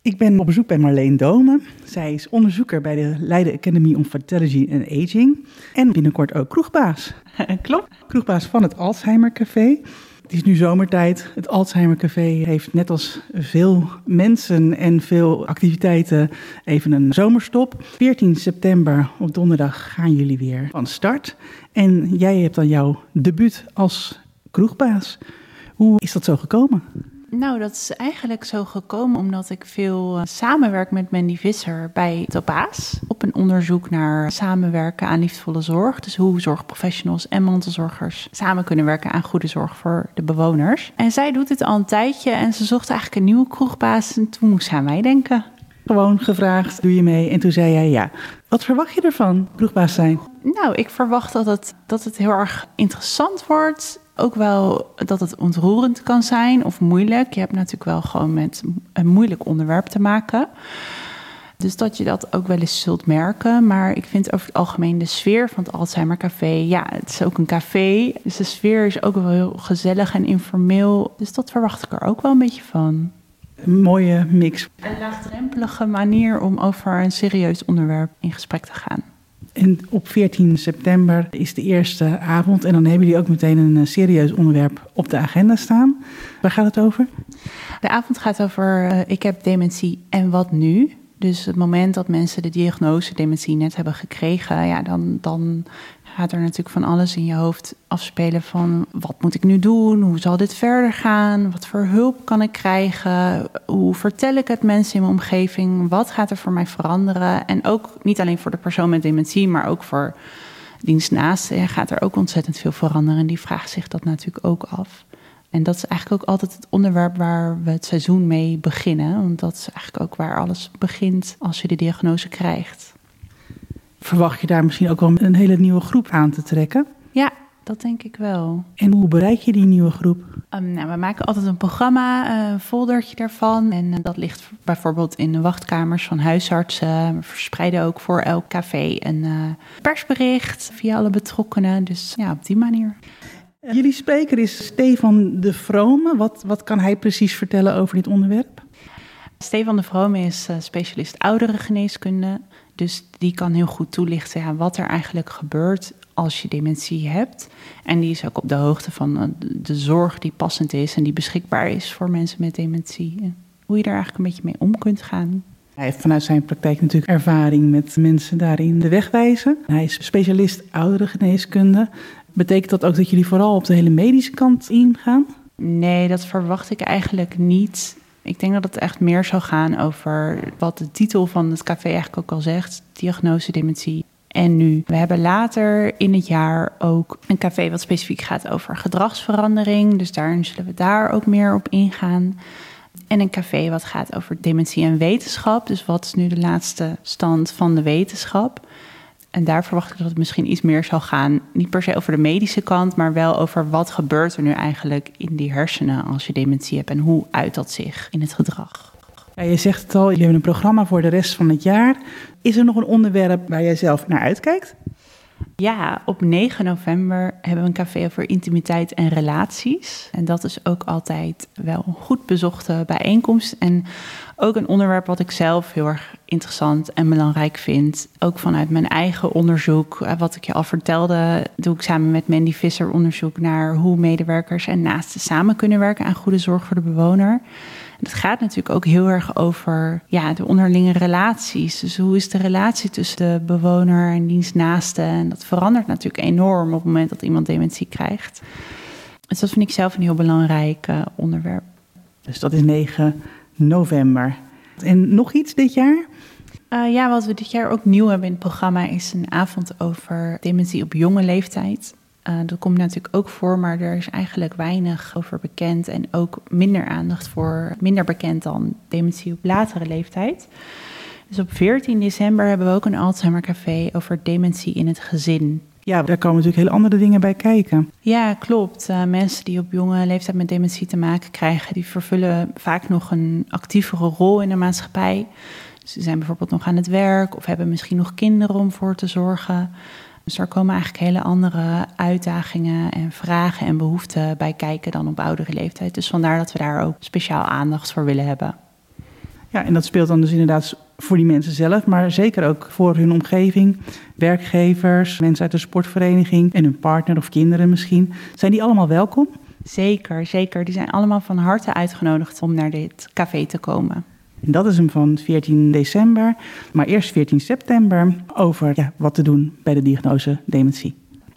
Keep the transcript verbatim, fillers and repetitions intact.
Ik ben op bezoek bij Marleen Domen. Zij is onderzoeker bij de Leiden Academy on Vitalogy and Aging. En binnenkort ook kroegbaas. Klopt. Kroegbaas van het Alzheimer Café. Het is nu zomertijd. Het Alzheimer Café heeft net als veel mensen en veel activiteiten even een zomerstop. veertien september op donderdag gaan jullie weer van start. En jij hebt dan jouw debuut als kroegbaas. Hoe is dat zo gekomen? Nou, dat is eigenlijk zo gekomen omdat ik veel uh, samenwerk met Mandy Visser bij Topaas. Op een onderzoek naar samenwerken aan liefdevolle zorg. Dus hoe zorgprofessionals en mantelzorgers samen kunnen werken aan goede zorg voor de bewoners. En zij doet dit al een tijdje en ze zocht eigenlijk een nieuwe kroegbaas. En toen moest ze aan mij denken. Gewoon gevraagd, doe je mee? En toen zei jij ja. Wat verwacht je ervan, kroegbaas zijn? Nou, ik verwacht dat het, dat het heel erg interessant wordt. Ook wel dat het ontroerend kan zijn of moeilijk. Je hebt natuurlijk wel gewoon met een moeilijk onderwerp te maken. Dus dat je dat ook wel eens zult merken. Maar ik vind over het algemeen de sfeer van het Alzheimer Café... ja, het is ook een café. Dus de sfeer is ook wel heel gezellig en informeel. Dus dat verwacht ik er ook wel een beetje van. Een mooie mix. Een laagdrempelige manier om over een serieus onderwerp in gesprek te gaan. En op veertien september is de eerste avond en dan hebben jullie ook meteen een serieus onderwerp op de agenda staan. Waar gaat het over? De avond gaat over uh, ik heb dementie en wat nu? Dus het moment dat mensen de diagnose dementie net hebben gekregen, ja, dan, dan gaat er natuurlijk van alles in je hoofd afspelen van wat moet ik nu doen? Hoe zal dit verder gaan? Wat voor hulp kan ik krijgen? Hoe vertel ik het mensen in mijn omgeving? Wat gaat er voor mij veranderen? En ook niet alleen voor de persoon met dementie, maar ook voor dienstnaasten gaat er ook ontzettend veel veranderen. En die vraagt zich dat natuurlijk ook af. En dat is eigenlijk ook altijd het onderwerp waar we het seizoen mee beginnen. Want dat is eigenlijk ook waar alles begint als je de diagnose krijgt. Verwacht je daar misschien ook wel een hele nieuwe groep aan te trekken? Ja, dat denk ik wel. En hoe bereik je die nieuwe groep? Um, nou, we maken altijd een programma, een foldertje daarvan. En uh, dat ligt bijvoorbeeld in de wachtkamers van huisartsen. We verspreiden ook voor elk café een uh, persbericht via alle betrokkenen. Dus ja, op die manier. Jullie spreker is Stefan de Vrome. Wat, wat kan hij precies vertellen over dit onderwerp? Stefan de Vrome is uh, specialist ouderengeneeskunde. Dus die kan heel goed toelichten ja, wat er eigenlijk gebeurt als je dementie hebt. En die is ook op de hoogte van uh, de zorg die passend is en die beschikbaar is voor mensen met dementie. En hoe je daar eigenlijk een beetje mee om kunt gaan. Hij heeft vanuit zijn praktijk natuurlijk ervaring met mensen daarin de weg wijzen. Hij is specialist ouderengeneeskunde. Betekent dat ook dat jullie vooral op de hele medische kant ingaan? Nee, dat verwacht ik eigenlijk niet. Ik denk dat het echt meer zal gaan over wat de titel van het café eigenlijk ook al zegt. Diagnose dementie en nu. We hebben later in het jaar ook een café wat specifiek gaat over gedragsverandering. Dus daarin zullen we daar ook meer op ingaan. En een café wat gaat over dementie en wetenschap. Dus wat is nu de laatste stand van de wetenschap? En daar verwacht ik dat het misschien iets meer zal gaan. Niet per se over de medische kant, maar wel over wat gebeurt er nu eigenlijk in die hersenen als je dementie hebt. En hoe uit dat zich in het gedrag. Ja, je zegt het al, jullie hebben een programma voor de rest van het jaar. Is er nog een onderwerp waar jij zelf naar uitkijkt? Ja, op negen november hebben we een café over intimiteit en relaties. En dat is ook altijd wel een goed bezochte bijeenkomst. En ook een onderwerp wat ik zelf heel erg interessant en belangrijk vind. Ook vanuit mijn eigen onderzoek. Wat ik je al vertelde, doe ik samen met Mandy Visser onderzoek naar hoe medewerkers en naasten samen kunnen werken aan goede zorg voor de bewoner. Het gaat natuurlijk ook heel erg over ja, de onderlinge relaties. Dus hoe is de relatie tussen de bewoner en dienstnaasten? En dat verandert natuurlijk enorm op het moment dat iemand dementie krijgt. Dus dat vind ik zelf een heel belangrijk uh, onderwerp. Dus dat is negen november. En nog iets dit jaar? Uh, ja, wat we dit jaar ook nieuw hebben in het programma is een avond over dementie op jonge leeftijd. Uh, dat komt natuurlijk ook voor, maar er is eigenlijk weinig over bekend en ook minder aandacht voor, minder bekend dan dementie op latere leeftijd. Dus op veertien december hebben we ook een Alzheimer Café over dementie in het gezin. Ja, daar komen natuurlijk hele andere dingen bij kijken. Ja, klopt. Uh, mensen die op jonge leeftijd met dementie te maken krijgen, die vervullen vaak nog een actievere rol in de maatschappij. Ze zijn bijvoorbeeld nog aan het werk of hebben misschien nog kinderen om voor te zorgen. Dus er komen eigenlijk hele andere uitdagingen en vragen en behoeften bij kijken dan op oudere leeftijd. Dus vandaar dat we daar ook speciaal aandacht voor willen hebben. Ja, en dat speelt dan dus inderdaad voor die mensen zelf, maar zeker ook voor hun omgeving, werkgevers, mensen uit de sportvereniging en hun partner of kinderen misschien. Zijn die allemaal welkom? Zeker, zeker. Die zijn allemaal van harte uitgenodigd om naar dit café te komen. En dat is hem van veertien december, maar eerst veertien september over ja, wat te doen bij de diagnose dementie.